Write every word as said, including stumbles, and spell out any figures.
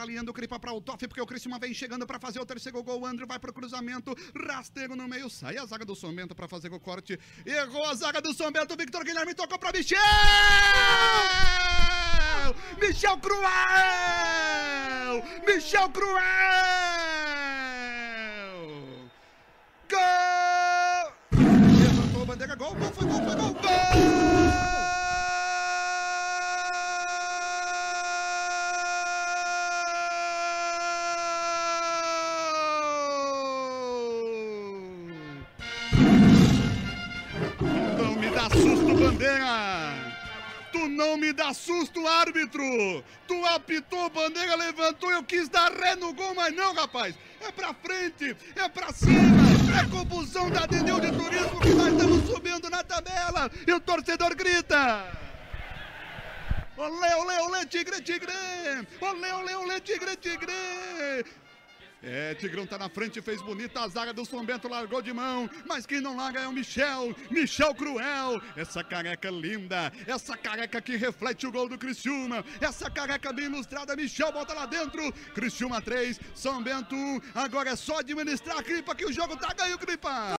pra Leandro, Cripa pra o Toff, porque o Criciúma vem chegando pra fazer o terceiro gol. O André vai pro cruzamento, rasteiro no meio, sai a zaga do São Bento pra fazer o corte. Errou a zaga do São Bento, Victor Guilherme tocou pra Michel! Michel Cruel! Michel Cruel! Gol! Levantou a bandeira, gol, gol, foi gol, foi gol, gol! Não me dá susto, bandeira! Tu não me dá susto, árbitro! Tu apitou, bandeira levantou, eu quis dar ré no gol, mas não, rapaz! É pra frente, é pra cima, é compulsão da Dendeu de Turismo que nós estamos subindo na tabela! E o torcedor grita! Olê, olê, olê, tigre, tigre! Olê, olê, olê, tigre, tigre! É, Tigrão tá na frente, fez bonita a zaga do São Bento, largou de mão, mas quem não larga é o Michel, Michel Cruel, essa careca linda, essa careca que reflete o gol do Criciúma, essa careca bem ilustrada, Michel bota lá dentro, Criciúma três, São Bento um, agora é só administrar a Cripa que o jogo tá ganho, Cripa!